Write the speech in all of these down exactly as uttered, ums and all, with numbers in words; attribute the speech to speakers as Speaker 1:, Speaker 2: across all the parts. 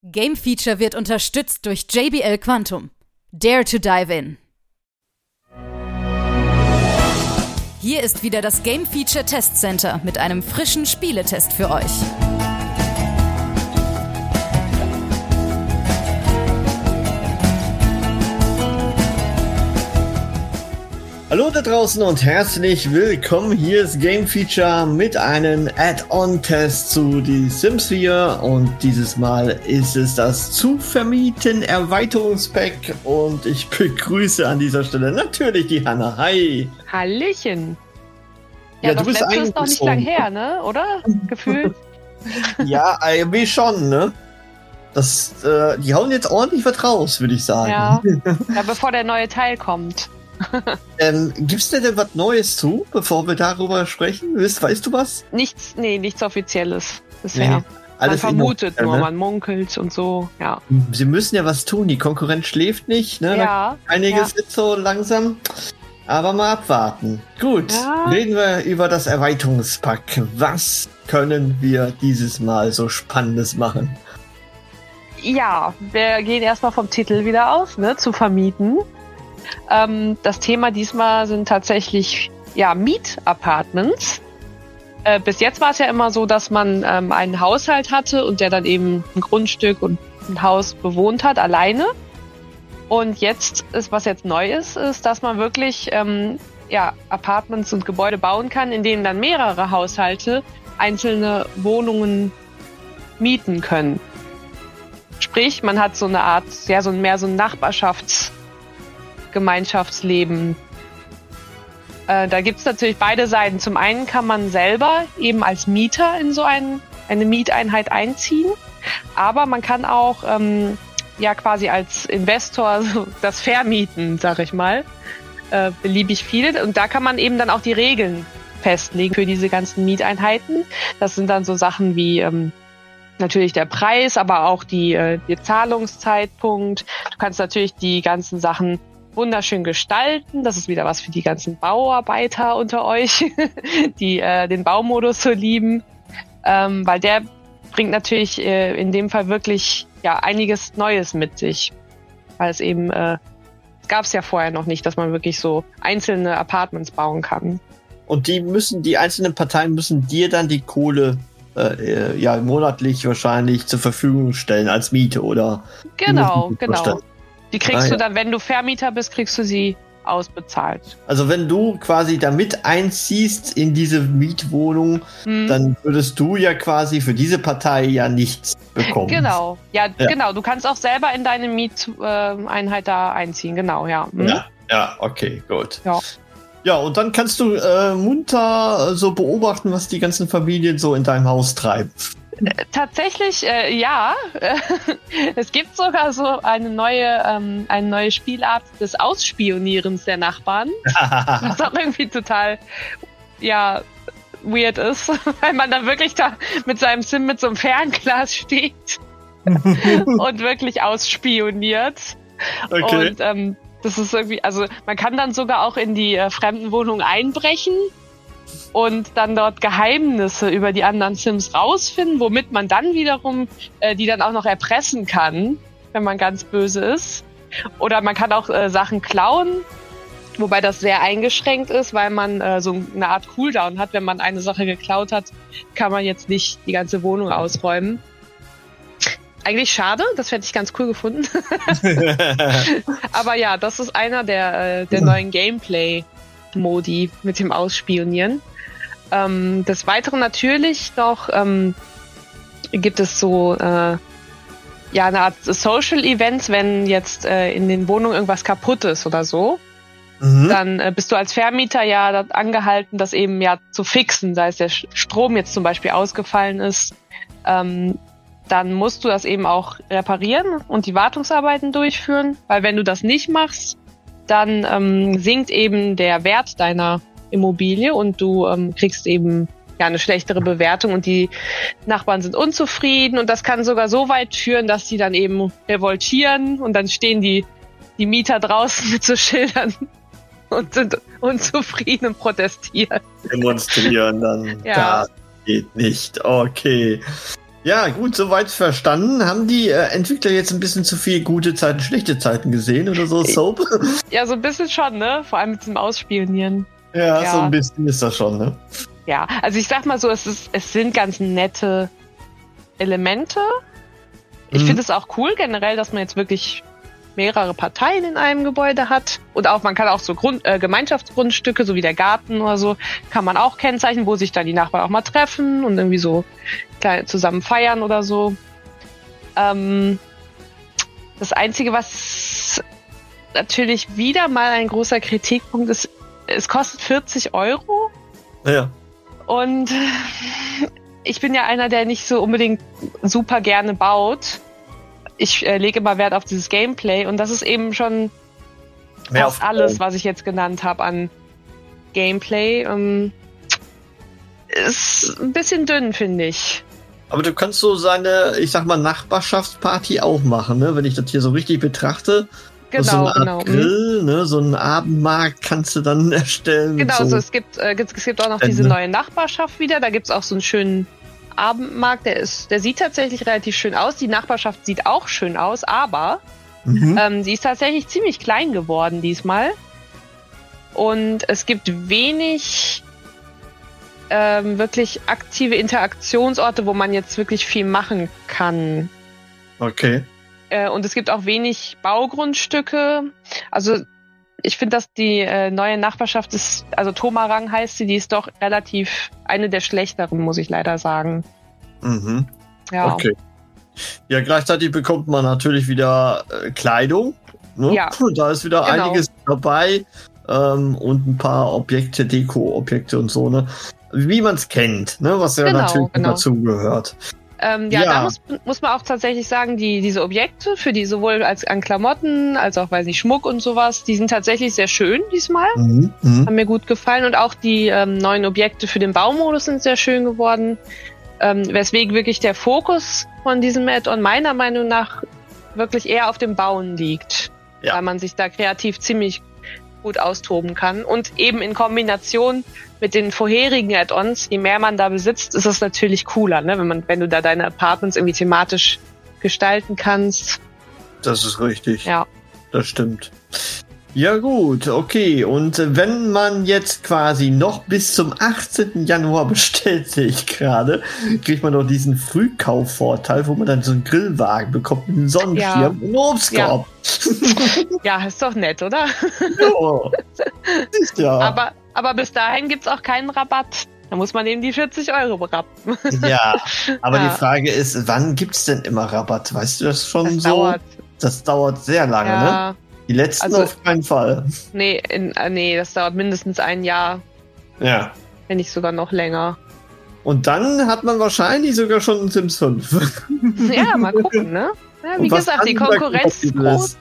Speaker 1: Game Feature wird unterstützt durch J B L Quantum. Dare to dive in. Hier ist wieder das Game Feature Test Center mit einem frischen Spieletest für euch.
Speaker 2: Hallo da draußen und herzlich willkommen. Hier ist Game Feature mit einem Add-on-Test zu die Sims vier und dieses Mal ist es das zu vermieten Erweiterungspack und ich begrüße an dieser Stelle natürlich die Hanna. Hi!
Speaker 3: Hallöchen! Ja,
Speaker 2: Ja,
Speaker 3: das
Speaker 2: du bist
Speaker 3: letzte ist noch nicht lang
Speaker 2: eingezogen.
Speaker 3: her, ne? Oder? Gefühlt.
Speaker 2: Ja, irgendwie schon, ne? Das, äh, die hauen jetzt ordentlich was raus, würde ich sagen.
Speaker 3: Ja. Ja, bevor der neue Teil kommt.
Speaker 2: Ähm, gibt's denn denn was Neues zu, bevor wir darüber sprechen? Weißt, weißt du was?
Speaker 3: Nichts, nee, nichts Offizielles bisher.
Speaker 2: Nee,
Speaker 3: Man
Speaker 2: alles
Speaker 3: vermutet
Speaker 2: inoffiziell,
Speaker 3: nur,
Speaker 2: ne?
Speaker 3: man munkelt und so, ja.
Speaker 2: Sie müssen ja was tun, die Konkurrenz schläft nicht, ne?
Speaker 3: Ja,
Speaker 2: Einiges jetzt so langsam, aber mal abwarten. Gut,
Speaker 3: Ja.
Speaker 2: reden wir über das Erweiterungspack. Was können wir dieses Mal so Spannendes machen?
Speaker 3: Ja, wir gehen erstmal vom Titel wieder aus, ne? Zu vermieten. Ähm, das Thema diesmal sind tatsächlich, ja, Mietapartments. Äh, bis jetzt war es ja immer so, dass man ähm, einen Haushalt hatte und der dann eben ein Grundstück und ein Haus bewohnt hat, alleine. Und jetzt ist, was jetzt neu ist, ist, dass man wirklich ähm, ja, Apartments und Gebäude bauen kann, in denen dann mehrere Haushalte einzelne Wohnungen mieten können. Sprich, man hat so eine Art, ja, so ein, mehr so ein Nachbarschaftsgemeinschaftsleben. Äh, da gibt's natürlich beide Seiten. Zum einen kann man selber eben als Mieter in so ein, eine Mieteinheit einziehen, aber man kann auch ähm, ja quasi als Investor so das vermieten, sag ich mal, äh, beliebig viele. Und da kann man eben dann auch die Regeln festlegen für diese ganzen Mieteinheiten. Das sind dann so Sachen wie ähm, natürlich der Preis, aber auch die, äh, der Zahlungszeitpunkt. Du kannst natürlich die ganzen Sachen wunderschön gestalten. Das ist wieder was für die ganzen Bauarbeiter unter euch, die äh, den Baumodus so lieben. Ähm, weil der bringt natürlich äh, in dem Fall wirklich ja einiges Neues mit sich. Weil es eben, äh, es gab es ja vorher noch nicht, dass man wirklich so einzelne Apartments bauen kann.
Speaker 2: Und die müssen, die einzelnen Parteien müssen dir dann die Kohle äh, ja monatlich wahrscheinlich zur Verfügung stellen als Miete, oder?
Speaker 3: Genau,
Speaker 2: Wie muss ich das
Speaker 3: genau.
Speaker 2: vorstellen?
Speaker 3: Die kriegst
Speaker 2: Ah,
Speaker 3: du
Speaker 2: ja.
Speaker 3: dann, wenn du Vermieter bist, kriegst du sie ausbezahlt.
Speaker 2: Also wenn du quasi damit einziehst in diese Mietwohnung,
Speaker 3: Hm.
Speaker 2: dann würdest du ja quasi für diese Partei ja nichts bekommen.
Speaker 3: Genau, ja,
Speaker 2: Ja.
Speaker 3: genau. Du kannst auch selber in deine Mieteinheit da einziehen, genau, ja. Hm?
Speaker 2: Ja, ja, okay, gut.
Speaker 3: Ja.
Speaker 2: Ja, und dann kannst du äh, munter äh, so beobachten, was die ganzen Familien so in deinem Haus treiben.
Speaker 3: Tatsächlich, äh, ja. Es gibt sogar so eine neue, ähm, eine neue Spielart des Ausspionierens der Nachbarn, was auch irgendwie total, ja, weird ist, weil man dann wirklich da mit seinem Sim mit so einem Fernglas steht und wirklich ausspioniert.
Speaker 2: Okay.
Speaker 3: Und ähm, das ist irgendwie, also man kann dann sogar auch in die äh, fremden Wohnungen einbrechen und dann dort Geheimnisse über die anderen Sims rausfinden, womit man dann wiederum äh, die dann auch noch erpressen kann, wenn man ganz böse ist. Oder man kann auch äh, Sachen klauen, wobei das sehr eingeschränkt ist, weil man äh, so eine Art Cooldown hat. Wenn man eine Sache geklaut hat, kann man jetzt nicht die ganze Wohnung ausräumen. Eigentlich schade, das hätte ich ganz cool gefunden. Aber ja, das ist einer der, äh, der neuen Gameplay-Modi mit dem Ausspionieren. Ähm, des Weiteren natürlich noch ähm, gibt es so äh, ja eine Art Social Events, wenn jetzt äh, in den Wohnungen irgendwas kaputt ist oder so.
Speaker 2: Mhm.
Speaker 3: Dann äh, bist du als Vermieter ja dort angehalten, das eben ja zu fixen, sei es der Sch- Strom jetzt zum Beispiel ausgefallen ist. Ähm, dann musst du das eben auch reparieren und die Wartungsarbeiten durchführen, weil wenn du das nicht machst, dann ähm, sinkt eben der Wert deiner Immobilie und du ähm, kriegst eben ja eine schlechtere Bewertung und die Nachbarn sind unzufrieden und das kann sogar so weit führen, dass die dann eben revoltieren und dann stehen die, die Mieter draußen mit so Schildern und sind unzufrieden und protestieren.
Speaker 2: Demonstrieren dann.
Speaker 3: Ja.
Speaker 2: Das geht nicht. Okay. Ja, gut, soweit verstanden. Haben die äh, Entwickler jetzt ein bisschen zu viel gute Zeiten, schlechte Zeiten gesehen oder so, Soap?
Speaker 3: Ja, so ein bisschen schon, ne? Vor allem mit dem Ausspionieren.
Speaker 2: Ja,
Speaker 3: Ja.
Speaker 2: so ein bisschen ist das schon, ne?
Speaker 3: Ja, also ich sag mal so, es, ist, es sind ganz nette Elemente. Ich
Speaker 2: Mhm.
Speaker 3: finde es auch cool generell, dass man jetzt wirklich mehrere Parteien in einem Gebäude hat. Und auch, man kann auch so Grund, äh, Gemeinschaftsgrundstücke, so wie der Garten oder so, kann man auch kennzeichnen, wo sich dann die Nachbarn auch mal treffen und irgendwie so klein, zusammen feiern oder so. Ähm, das Einzige, was natürlich wieder mal ein großer Kritikpunkt ist, es kostet vierzig Euro.
Speaker 2: Ja.
Speaker 3: Und ich bin ja einer, der nicht so unbedingt super gerne baut. Ich äh, lege immer Wert auf dieses Gameplay und das ist eben schon
Speaker 2: Mehr
Speaker 3: fast
Speaker 2: auf-
Speaker 3: alles, was ich jetzt genannt habe an Gameplay. Ähm, ist ein bisschen dünn, finde ich.
Speaker 2: Aber du kannst so seine, ich sag mal, Nachbarschaftsparty auch machen, ne? Wenn ich das hier so richtig betrachte. So
Speaker 3: Genau,
Speaker 2: eine Art
Speaker 3: genau. Mhm.
Speaker 2: Grill, ne? So einen Abendmarkt kannst du dann erstellen. mit
Speaker 3: Genau,
Speaker 2: so,
Speaker 3: so, es gibt äh, es gibt auch noch
Speaker 2: Stände.
Speaker 3: diese neue Nachbarschaft wieder. Da gibt's auch so einen schönen Abendmarkt. Der ist, der sieht tatsächlich relativ schön aus. Die Nachbarschaft sieht auch schön aus, aber
Speaker 2: Mhm.
Speaker 3: ähm, sie ist tatsächlich ziemlich klein geworden diesmal. Und es gibt wenig ähm, wirklich aktive Interaktionsorte, wo man jetzt wirklich viel machen kann.
Speaker 2: Okay.
Speaker 3: Äh, und es gibt auch wenig Baugrundstücke. Also ich finde, dass die äh, neue Nachbarschaft ist, also Tomarang heißt sie, die ist doch relativ eine der schlechteren, muss ich leider sagen.
Speaker 2: Mhm.
Speaker 3: Ja.
Speaker 2: Okay. Ja, gleichzeitig bekommt man natürlich wieder äh, Kleidung. Ne?
Speaker 3: Ja.
Speaker 2: Da ist wieder
Speaker 3: Genau.
Speaker 2: einiges dabei. Ähm, und ein paar Objekte, Deko-Objekte und so, ne? Wie man es kennt, ne? Was ja
Speaker 3: Genau,
Speaker 2: natürlich
Speaker 3: genau.
Speaker 2: dazu gehört.
Speaker 3: Ähm, ja,
Speaker 2: Ja.
Speaker 3: da muss, muss man auch tatsächlich sagen, die, diese Objekte, für die sowohl als an Klamotten, als auch, weiß nicht, Schmuck und sowas, die sind tatsächlich sehr schön diesmal.
Speaker 2: Mhm. Mhm.
Speaker 3: Haben mir gut gefallen. Und auch die ähm, neuen Objekte für den Baumodus sind sehr schön geworden. Ähm, weswegen wirklich der Fokus von diesem Add-on meiner Meinung nach wirklich eher auf dem Bauen liegt.
Speaker 2: Ja.
Speaker 3: Weil man sich da kreativ ziemlich gut austoben kann. Und eben in Kombination mit den vorherigen Add-ons, je mehr man da besitzt, ist es natürlich cooler, ne? Wenn man, wenn du da deine Apartments irgendwie thematisch gestalten kannst.
Speaker 2: Das ist richtig.
Speaker 3: Ja.
Speaker 2: Das stimmt. Ja gut, okay. Und äh, wenn man jetzt quasi noch bis zum achtzehnten Januar bestellt, sehe ich gerade, kriegt man doch diesen Frühkaufvorteil, wo man dann so einen Grillwagen bekommt mit einem Sonnenschirm
Speaker 3: Ja.
Speaker 2: und einem Obstkorb.
Speaker 3: Ja, ist doch nett, oder?
Speaker 2: Ja. Siehst ja.
Speaker 3: Aber, aber bis dahin gibt's auch keinen Rabatt. Da muss man eben die vierzig Euro berappen.
Speaker 2: Ja, aber
Speaker 3: Ja.
Speaker 2: die Frage ist, wann gibt's denn immer Rabatt? Weißt du das schon
Speaker 3: Das
Speaker 2: so?
Speaker 3: dauert.
Speaker 2: Das dauert sehr lange, ne?
Speaker 3: Ja,
Speaker 2: Die letzten
Speaker 3: Also-
Speaker 2: auf keinen Fall.
Speaker 3: nee, in, äh, nee, das dauert mindestens ein Jahr,
Speaker 2: Ja.
Speaker 3: wenn nicht sogar noch länger.
Speaker 2: Und dann hat man wahrscheinlich sogar schon einen Sims fünf.
Speaker 3: Ja, mal gucken, ne? Ja, wie
Speaker 2: Und was
Speaker 3: gesagt, die
Speaker 2: dann da
Speaker 3: Konkurrenz ist
Speaker 2: kompatibel
Speaker 3: groß.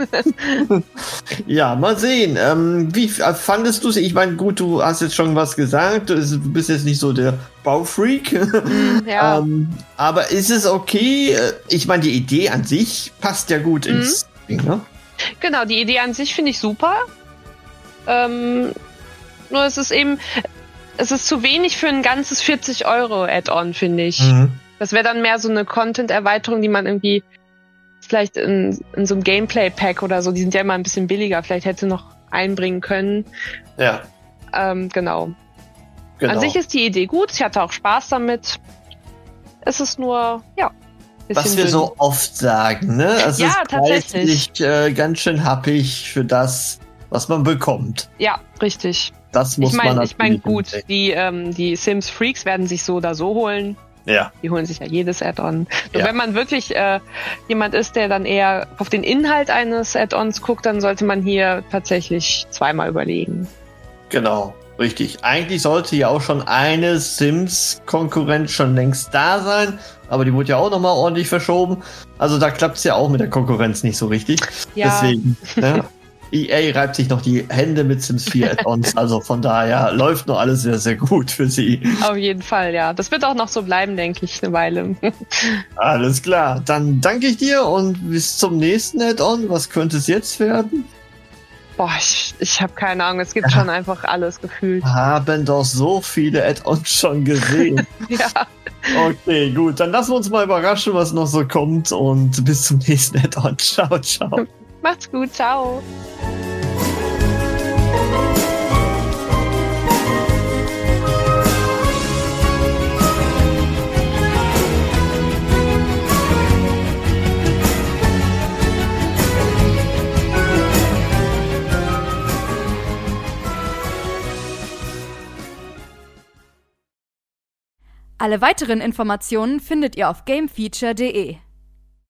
Speaker 2: Ja, mal sehen. Ähm, wie äh, fandest du es? Ich meine, gut, du hast jetzt schon was gesagt. Du du bist jetzt nicht so der Baufreak.
Speaker 3: Ja,
Speaker 2: ähm, aber ist es okay? Äh, Ich meine, die Idee an sich passt ja gut
Speaker 3: Mhm.
Speaker 2: ins Ding, ne?
Speaker 3: genau, die Idee an sich finde ich super. Ähm, nur es ist eben, es ist zu wenig für ein ganzes vierzig Euro Add-on, finde ich.
Speaker 2: Mhm.
Speaker 3: Das wäre dann mehr so eine Content-Erweiterung, die man irgendwie vielleicht in, in so einem Gameplay-Pack oder so, die sind ja immer ein bisschen billiger, vielleicht hätte noch einbringen können.
Speaker 2: Ja,
Speaker 3: Ähm, genau.
Speaker 2: genau.
Speaker 3: An sich ist die Idee gut, ich hatte auch Spaß damit. Es ist nur, ja, bisschen
Speaker 2: Was wir
Speaker 3: dünn.
Speaker 2: so oft sagen, ne? Es
Speaker 3: Ja,
Speaker 2: ist
Speaker 3: tatsächlich.
Speaker 2: preislich, äh, ganz schön happig für das, was man bekommt.
Speaker 3: Ja, richtig.
Speaker 2: Das muss
Speaker 3: Ich
Speaker 2: man
Speaker 3: meine, ich meine,
Speaker 2: natürlich
Speaker 3: gut,
Speaker 2: bedenken.
Speaker 3: die, ähm, die Sims Freaks werden sich so oder so holen.
Speaker 2: Ja,
Speaker 3: Die holen sich ja jedes Add-on. Nur
Speaker 2: Ja.
Speaker 3: wenn man wirklich äh, jemand ist, der dann eher auf den Inhalt eines Add-ons guckt, dann sollte man hier tatsächlich zweimal überlegen.
Speaker 2: genau. Richtig. Eigentlich sollte ja auch schon eine Sims-Konkurrenz schon längst da sein, aber die wurde ja auch nochmal ordentlich verschoben. Also da klappt es ja auch mit der Konkurrenz nicht so richtig.
Speaker 3: Ja,
Speaker 2: Deswegen, ne? E A reibt sich noch die Hände mit Sims vier Add-ons, also von daher läuft noch alles sehr, sehr gut für sie.
Speaker 3: auf jeden Fall, ja. Das wird auch noch so bleiben, denke ich, eine Weile.
Speaker 2: Alles klar, dann danke ich dir und bis zum nächsten Add-on. Was könnte es jetzt werden?
Speaker 3: Boah, ich, ich habe keine Ahnung. Es gibt schon einfach alles gefühlt.
Speaker 2: Haben doch so viele Add-ons schon gesehen.
Speaker 3: Ja,
Speaker 2: Okay, gut. Dann lassen wir uns mal überraschen, was noch so kommt. Und bis zum nächsten Add-on. Ciao, ciao.
Speaker 3: Macht's gut, ciao.
Speaker 1: Alle weiteren Informationen findet ihr auf gamefeature punkt de.